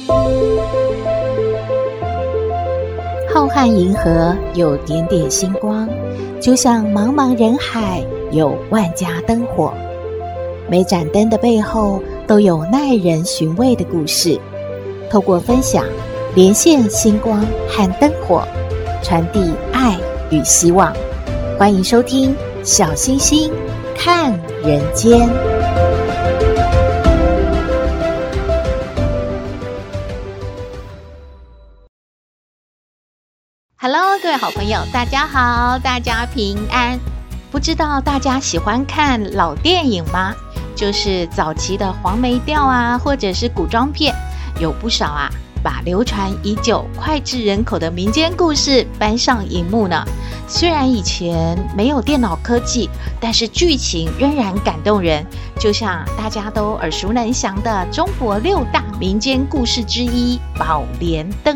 浩瀚银河有点点星光，就像茫茫人海有万家灯火。每盏灯的背后都有耐人寻味的故事。透过分享，连线星光和灯火，传递爱与希望。欢迎收听小星星看人间。Hello， 各位好朋友，大家好，大家平安。不知道大家喜欢看老电影吗？就是早期的黄梅调啊，或者是古装片，有不少啊，把流传已久、脍炙人口的民间故事搬上荧幕呢。虽然以前没有电脑科技，但是剧情仍然感动人。就像大家都耳熟能详的中国6大民间故事之一《宝莲灯》。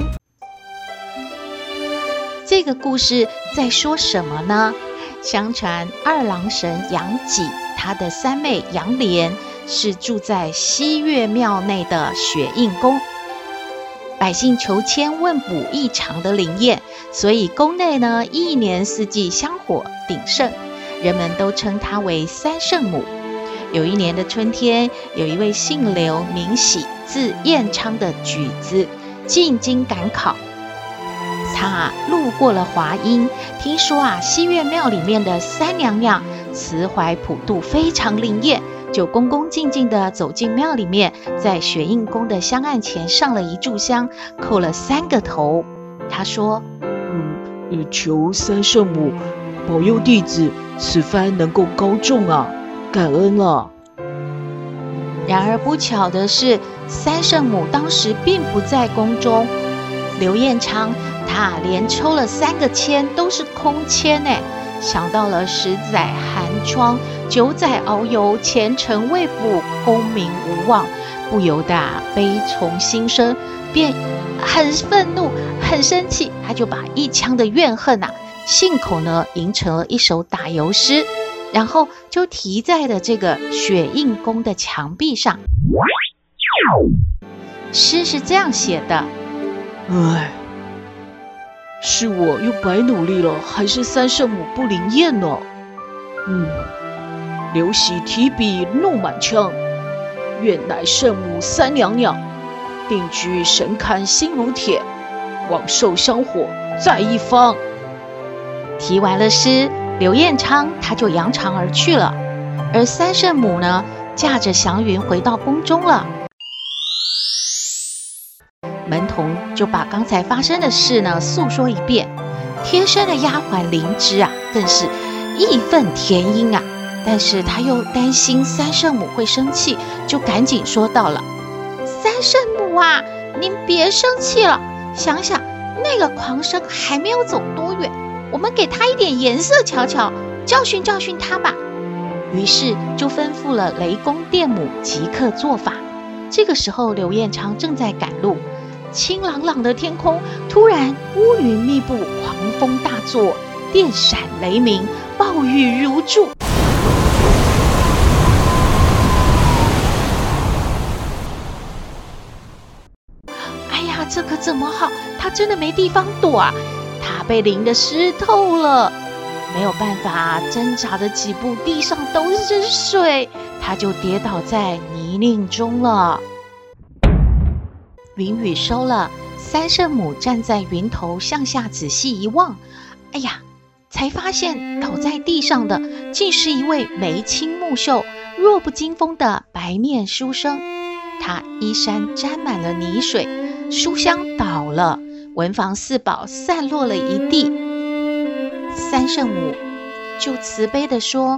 这个故事在说什么呢？相传二郎神杨己，他的三妹杨莲是住在西岳庙内的雪印宫。百姓求签问卜异常的灵验，所以宫内呢一年四季香火鼎盛，人们都称她为三圣母。有一年的春天，有一位姓刘名喜字彦昌的举子进京赶考。他路过了华阴，听说西岳庙里面的三娘娘慈怀普渡，非常灵验，就恭恭敬敬地走进庙里面，在雪印宫的香案前上了一炷香，叩了3个头。他说：求三圣母保佑弟子此番能够高中啊，感恩啊。然而不巧的是，三圣母当时并不在宫中。刘彦昌他连抽了3个签都是空签呢，想到了10载寒窗，9载遨游，前程未卜，功名无望，不由得悲从心生，便很愤怒很生气，他就把一腔的怨恨信口呢吟成了一首打油诗，然后就题在了这个雪印宫的墙壁上。诗是这样写的：唉，是我又白努力了，还是三圣母不灵验呢？刘喜提笔怒满腔，愿乃圣母三娘娘，定居神龛心如铁，往受香火在一方。提完了诗，刘彦昌他就扬长而去了，而三圣母呢，驾着祥云回到宫中了。门童就把刚才发生的事呢诉说一遍，贴身的丫鬟灵芝更是义愤填膺但是他又担心三圣母会生气，就赶紧说到了：三圣母您别生气了，想想那个狂生还没有走多远，我们给他一点颜色瞧瞧，教训教训他吧。于是就吩咐了雷公电母即刻做法。这个时候刘彦昌正在赶路，清朗朗的天空突然乌云密布，狂风大作，电闪雷鸣，暴雨如注。哎呀，这可怎么好？他真的没地方躲他被淋得湿透了，没有办法挣扎的几步，地上都是水，他就跌倒在泥泞中了。云雨收了，三圣母站在云头向下仔细一望，哎呀，才发现倒在地上的竟是一位眉清目秀、弱不禁风的白面书生。他衣衫沾满了泥水，书香倒了，文房四宝散落了一地。三圣母就慈悲地说：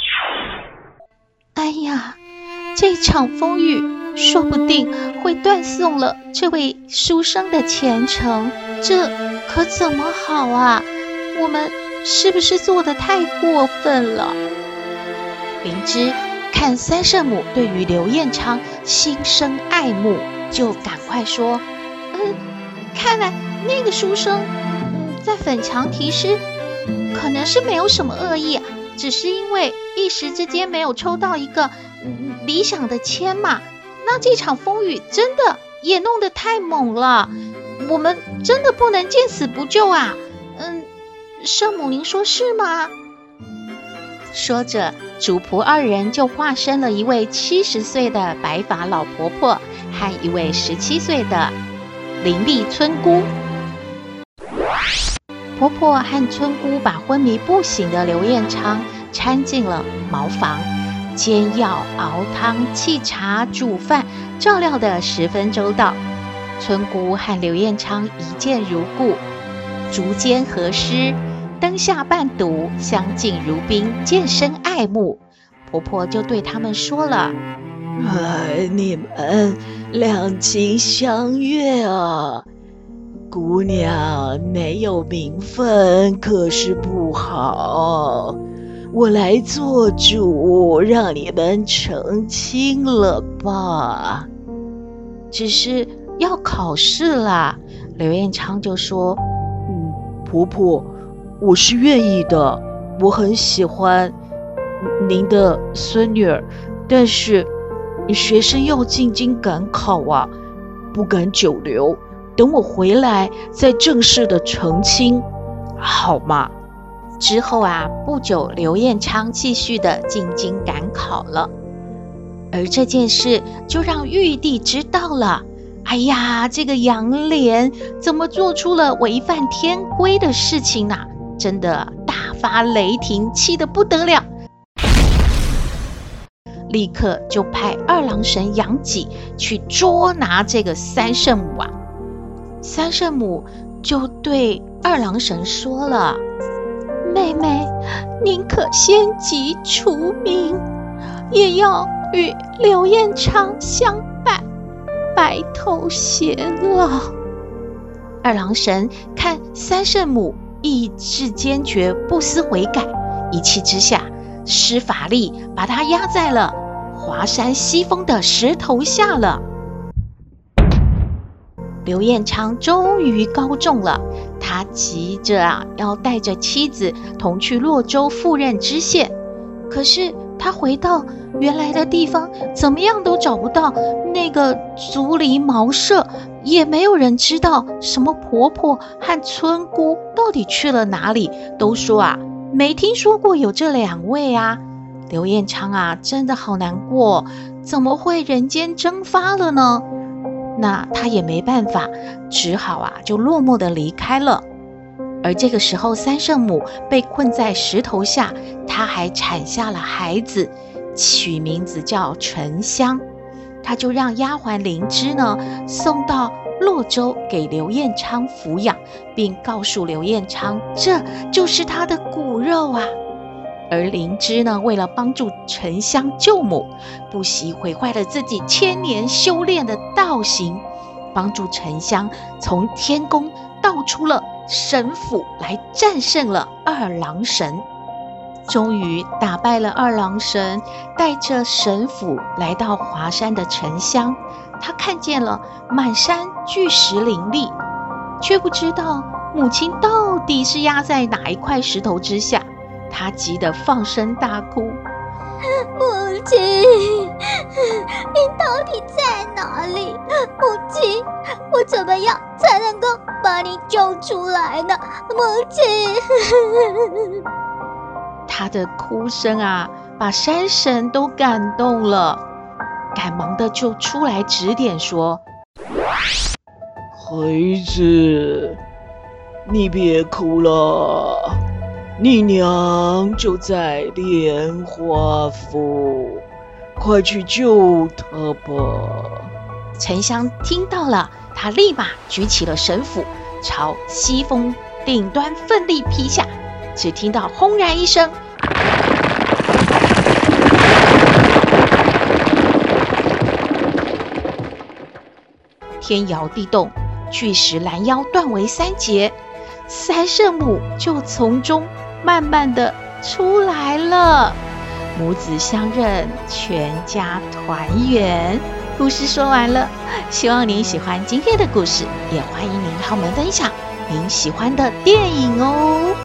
哎呀，这场风雨说不定会断送了这位书生的前程，这可怎么好我们是不是做得太过分了？灵芝看三圣母对于刘彦昌心生爱慕，就赶快说：看来那个书生在粉墙题诗，可能是没有什么恶意只是因为一时之间没有抽到一个理想的签嘛。那这场风雨真的也弄得太猛了，我们真的不能见死不救啊！圣母，您说是吗？说着，主仆二人就化身了一位70岁的白发老婆婆和一位17岁的伶俐村姑。婆婆和村姑把昏迷不醒的刘彦昌搀进了茅房，煎药、熬汤、沏茶、煮饭，照料得十分周到。村姑和刘彦昌一见如故，足尖合诗，灯下伴读，相敬如宾，渐生爱慕。婆婆就对他们说了： 你们两情相悦啊，姑娘没有名分可是不好，我来做主，让你们成亲了吧。 只是要考试啦，刘彦昌就说： 婆婆，我是愿意的，我很喜欢您的孙女儿，但是学生要进京赶考啊，不敢久留，等我回来再正式的成亲，好吗？ 之后啊，不久刘彦昌继续的进京赶考了，而这件事就让玉帝知道了。哎呀，这个杨莲怎么做出了违反天规的事情啊？真的大发雷霆，气得不得了，立刻就派二郎神杨己去捉拿这个三圣母啊。三圣母就对二郎神说了：妹妹，您可先急除名，也要与刘彦昌相伴，白头偕老。二郎神看三圣母意志坚决，不思悔改，一气之下施法力把他压在了华山西峰的石头下了。刘彦昌终于高中了，他急着要带着妻子同去洛州赴任知县，可是他回到原来的地方，怎么样都找不到那个竹篱茅舍，也没有人知道什么婆婆和村姑到底去了哪里，都说没听说过有这两位啊。刘彦昌真的好难过，怎么会人间蒸发了呢？那他也没办法，只好就落寞的离开了。而这个时候，三圣母被困在石头下，她还产下了孩子，取名字叫沉香。她就让丫鬟灵芝呢送到洛州给刘彦昌抚养，并告诉刘彦昌这就是他的骨肉啊。而灵芝呢，为了帮助沉香救母，不惜毁坏了自己1000年修炼的道行，帮助沉香从天宫盗出了神斧来战胜了二郎神。终于打败了二郎神，带着神斧来到华山的沉香，他看见了满山巨石林立，却不知道母亲到底是压在哪一块石头之下。他急得放声大哭： 母亲，你到底在哪里？母亲，我怎么样才能够把你救出来呢？母亲。 他的哭声把山神都感动了，赶忙的就出来指点说： 孩子，你别哭了，你娘就在莲花府，快去救她吧。 沉香听到了，他立马举起了神斧，朝西峰顶端奋力劈下。只听到轰然一声，天摇地动，巨石拦腰断为3截，三圣母就从中慢慢的出来了，母子相认，全家团圆。故事说完了，希望您喜欢今天的故事，也欢迎您和我们分享您喜欢的电影哦。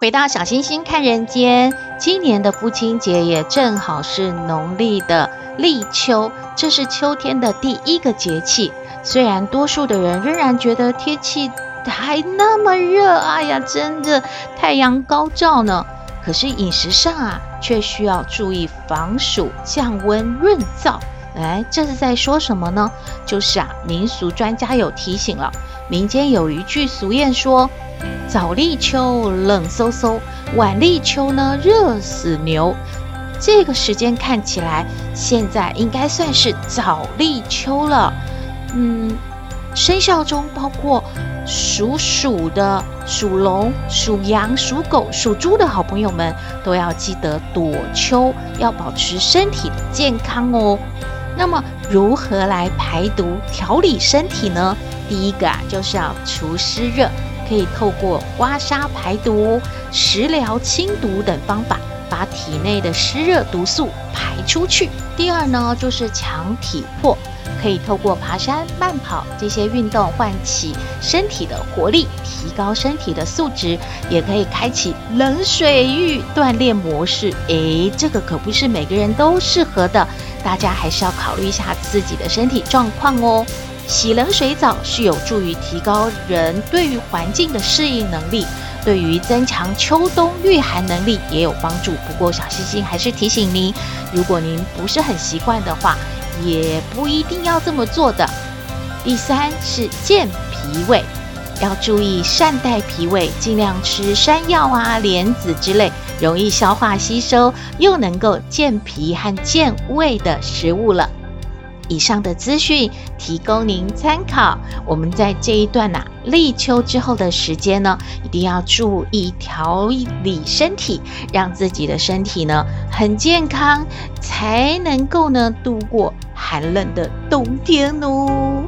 回到小星星看人间，今年的父亲节也正好是农历的立秋，这是秋天的第一个节气。虽然多数的人仍然觉得天气还那么热，哎呀，真的太阳高照呢，可是饮食上啊，却需要注意防暑、降温、润燥。这是在说什么呢？就是民俗专家有提醒了，民间有一句俗谚说，早立秋冷飕飕，晚立秋呢热死牛。这个时间看起来，现在应该算是早立秋了。生肖中包括属鼠的、属龙、属羊、属狗、属猪的好朋友们，都要记得躲秋，要保持身体的健康哦。那么如何来排毒调理身体呢？第一个就是要除湿热，可以透过刮痧排毒、食疗清毒等方法，把体内的湿热毒素排出去。第二呢，就是强体魄，可以透过爬山、慢跑这些运动唤起身体的活力，提高身体的素质，也可以开启冷水浴锻炼模式。这个可不是每个人都适合的，大家还是要考虑一下自己的身体状况哦。洗冷水澡是有助于提高人对于环境的适应能力，对于增强秋冬御寒能力也有帮助。不过小星星还是提醒您，如果您不是很习惯的话，也不一定要这么做的。第三是健脾胃，要注意善待脾胃，尽量吃山药莲子之类容易消化吸收又能够健脾和健胃的食物了。以上的资讯提供您参考。我们在这一段立秋之后的时间呢，一定要注意调理身体，让自己的身体呢很健康，才能够呢度过寒冷的冬天哦。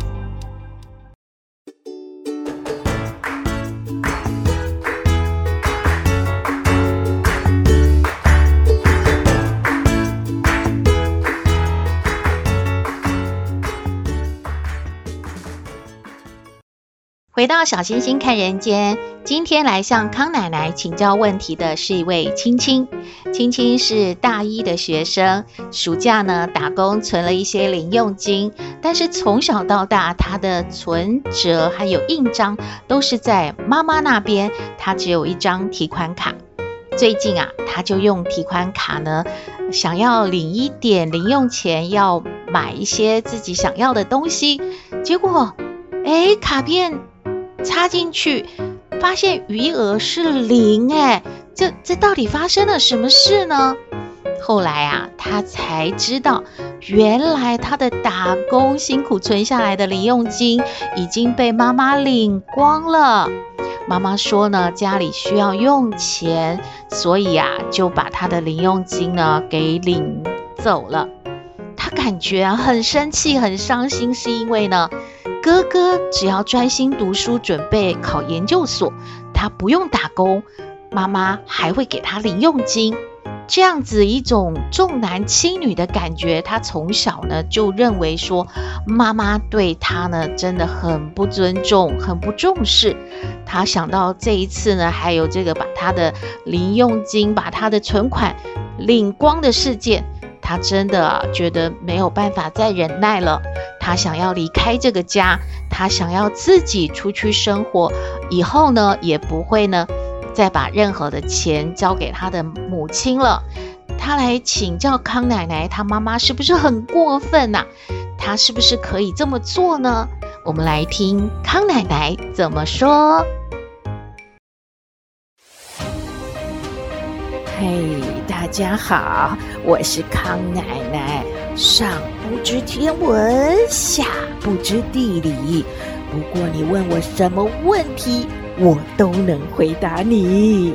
回到小星星看人间，今天来向康奶奶请教问题的是一位青青。青青是大一的学生，暑假呢打工存了一些零用金，但是从小到大她的存折还有印章都是在妈妈那边，她只有一张提款卡。最近她就用提款卡呢，想要领一点零用钱，要买一些自己想要的东西，结果卡片插进去，发现余额是0，这到底发生了什么事呢？后来他才知道，原来他的打工辛苦存下来的零用金已经被妈妈领光了。妈妈说呢，家里需要用钱，所以就把他的零用金呢给领走了。他感觉很生气很伤心，是因为呢哥哥只要专心读书准备考研究所，他不用打工，妈妈还会给他零用金。这样子一种重男轻女的感觉，他从小呢就认为说妈妈对他呢真的很不尊重很不重视。他想到这一次呢还有这个把他的零用金把他的存款领光的事件，他真的觉得没有办法再忍耐了。他想要离开这个家，他想要自己出去生活，以后呢也不会呢再把任何的钱交给他的母亲了。他来请教康奶奶，他妈妈是不是很过分他是不是可以这么做呢？我们来听康奶奶怎么说。 嘿，大家好，我是康奶奶。上不知天文，下不知地理，不过你问我什么问题，我都能回答你。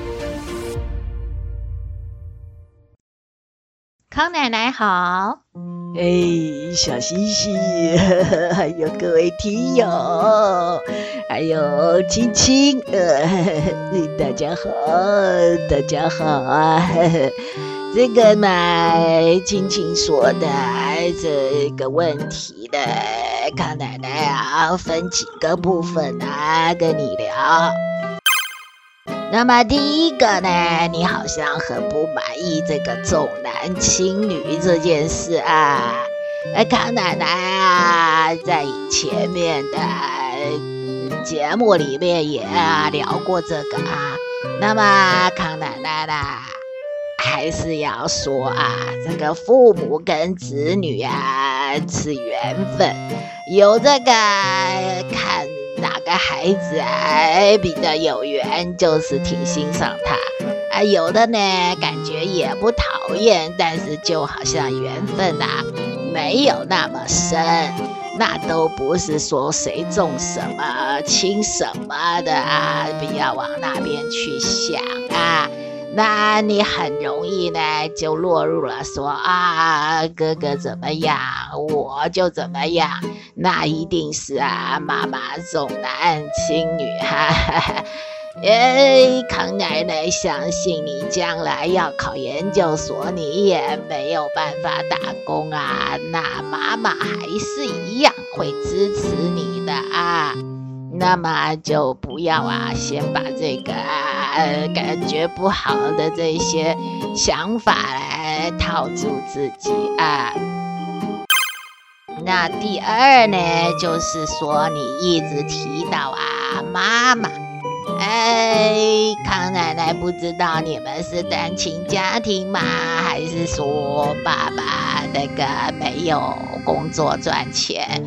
康奶奶好。 小星星，还有各位听友，还有青青，大家好，大家好这个嘛，青青说的这个问题的，康奶奶分几个部分跟你聊。 那么第一个呢，你好像很不满意这个重男轻女这件事啊。康奶奶啊，在前面的节目里面也聊过这个啊。那么康奶奶呢，还是要说啊，这个父母跟子女啊是缘分，有这个看哪个孩子啊比较有缘，就是挺欣赏他啊。有的呢感觉也不讨厌，但是就好像缘分啊没有那么深，那都不是说谁重什么轻什么的啊，不要往那边去想啊。那你很容易呢就落入了说啊，哥哥怎么样我就怎么样，那一定是啊妈妈重男轻女哈。康奶奶相信你将来要考研究所，你也没有办法打工啊，那妈妈还是一样会支持你的啊。那么就不要啊，先把这个感觉不好的这些想法来套住自己啊。那第二呢，就是说你一直提到啊妈妈。康奶奶不知道你们是单亲家庭吗？还是说爸爸那个没有工作赚钱？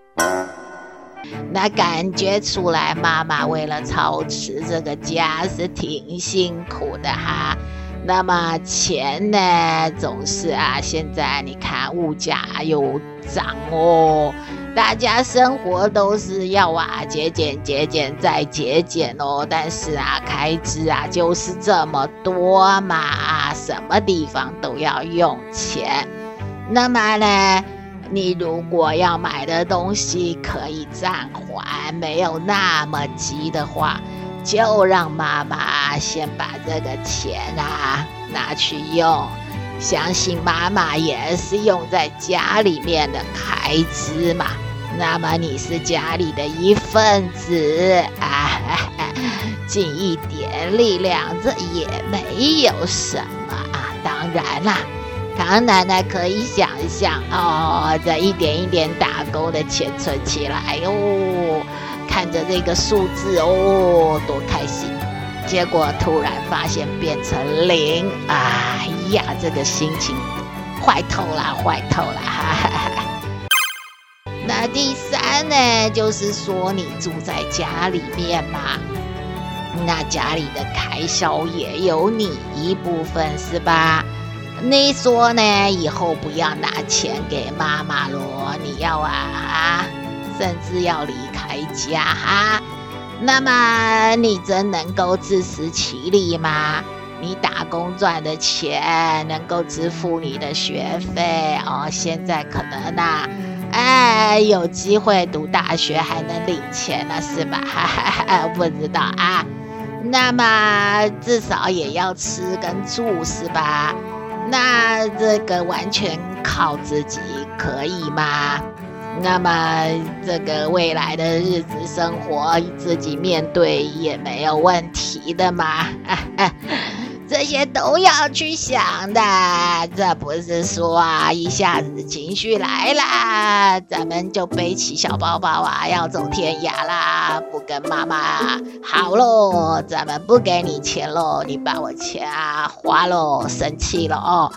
那感觉出来妈妈为了操持这个家是挺辛苦的哈。那么钱呢，总是啊，现在你看物价又涨哦，大家生活都是要啊节俭再节俭哦，但是啊开支啊就是这么多嘛，什么地方都要用钱。那么呢，你如果要买的东西可以暂缓，没有那么急的话，就让妈妈先把这个钱啊拿去用，相信妈妈也是用在家里面的开支嘛。那么你是家里的一份子啊，尽一点力量，这也没有什么啊。当然啦，康奶奶可以想一想哦，这一点一点打工的钱存起来哦，看着这个数字哦，多开心！结果突然发现变成0，哎呀，这个心情坏透了，哈哈哈。那第三呢，就是说你住在家里面嘛，那家里的开销也有你一部分是吧？你说呢，以后不要拿钱给妈妈咯，你要甚至要离开家哈。那么你真能够自食其力吗？你打工赚的钱能够支付你的学费哦？现在可能有机会读大学还能领钱了是吧？不知道啊。那么至少也要吃跟住是吧？那这个完全靠自己可以吗？那么这个未来的日子生活自己面对也没有问题的嘛。这些都要去想的，这不是说一下子情绪来啦，咱们就背起小包包要走天涯啦，不跟妈妈好咯，咱们不给你钱咯，你把我钱花咯，生气了哦。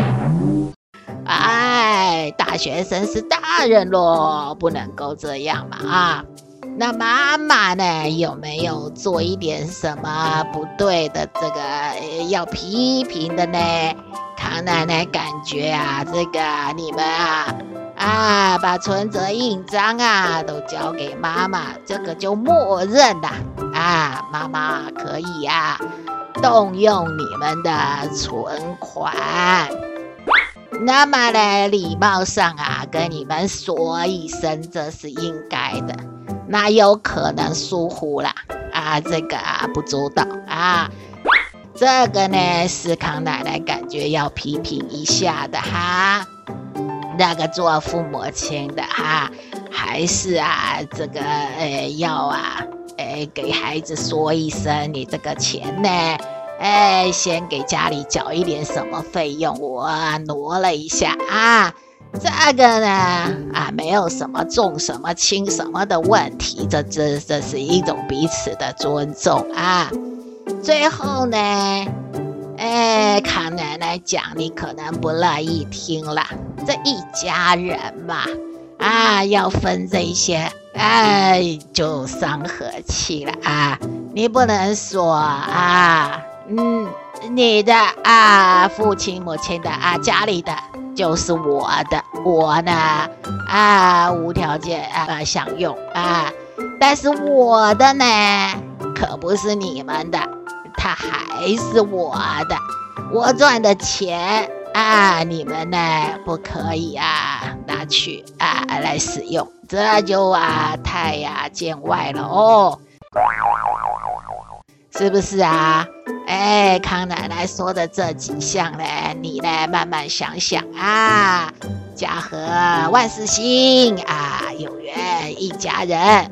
大学生是大人咯，不能够这样嘛那妈妈呢，有没有做一点什么不对的这个要批评的呢？康奶奶感觉这个你们把存折印章都交给妈妈，这个就默认了妈妈可以动用你们的存款。那么呢，礼貌上跟你们说一声，这是应该的。那有可能疏忽了这个不周到这个呢是康奶奶感觉要批评一下的那个做父母亲的还是这个要给孩子说一声，你这个钱呢，先给家里缴一点什么费用，我挪了一下啊。这个呢，没有什么重什么轻什么的问题，这是一种彼此的尊重啊。最后呢，康奶奶讲你可能不乐意听啦，这一家人嘛，要分这些，就伤和气了啊。你不能说你的父亲母亲的家里的就是我的，我呢无条件享用但是我的呢可不是你们的，它还是我的，我赚的钱你们呢不可以拿去来使用，这就太见外了哦，是不是啊？康奶奶说的这几项呢，你呢慢慢想想家和万事兴有缘一家人，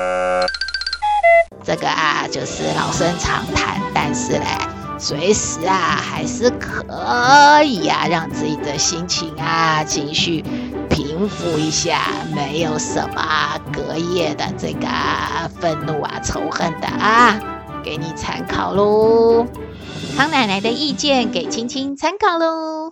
这个就是老生常谈，但是呢随时还是可以让自己的心情情绪平复一下，没有什么隔夜的这个愤怒仇恨的给你参考咯。 康奶奶的意见给青青参考咯。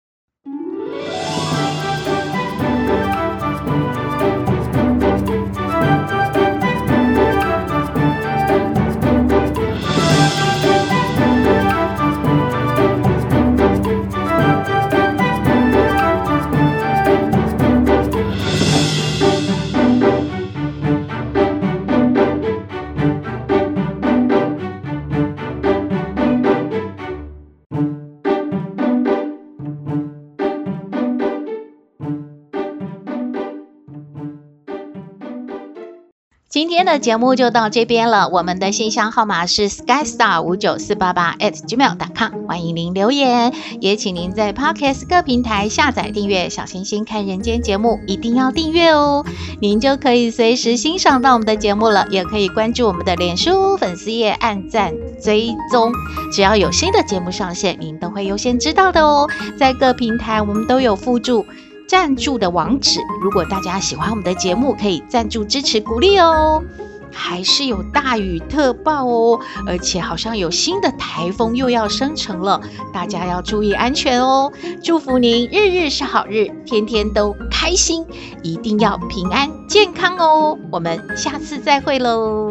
今天的节目就到这边了，我们的信箱号码是 skystar59488@gmail.com， 欢迎您留言，也请您在 Podcast 各平台下载订阅小星星看人间节目，一定要订阅哦，您就可以随时欣赏到我们的节目了，也可以关注我们的脸书粉丝页按赞追踪，只要有新的节目上线，您都会优先知道的哦。在各平台我们都有附注赞助的网址，如果大家喜欢我们的节目，可以赞助支持鼓励哦。还是有大雨特报哦，而且好像有新的台风又要生成了，大家要注意安全哦。祝福您日日是好日，天天都开心，一定要平安健康哦。我们下次再会喽。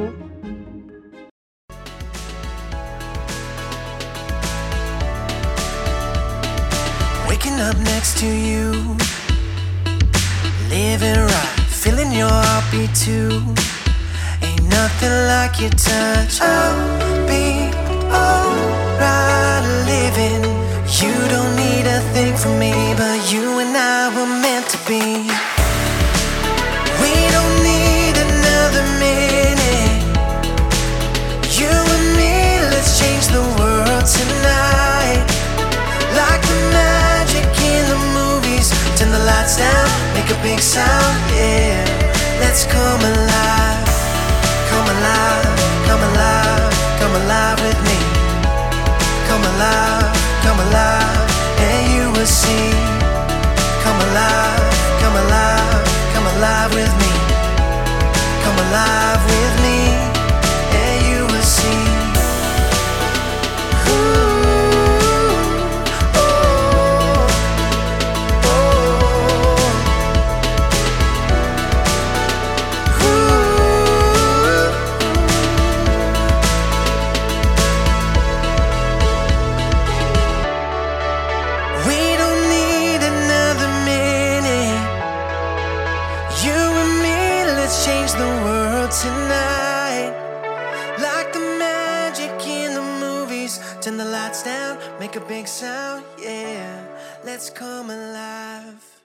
Waking up next to you, living right, feeling your heartbeat too. Ain't nothing like your touch. I'll be alright living. You don't need a thing from me, but you and I were meant to be. We don't need another minute. You and me, let's change the world tonight. Like the magic in the movies, turn the lights down, make a big sound, yeah. Let's come alive, come alive, come alive, come alive with me. Come alive, come alive, and you will see. Come alive, come alive, come alive with me. Come alive with me, and you will see. Change the world tonight. Like the magic in the movies, turn the lights down, make a big sound, yeah. Let's come alive.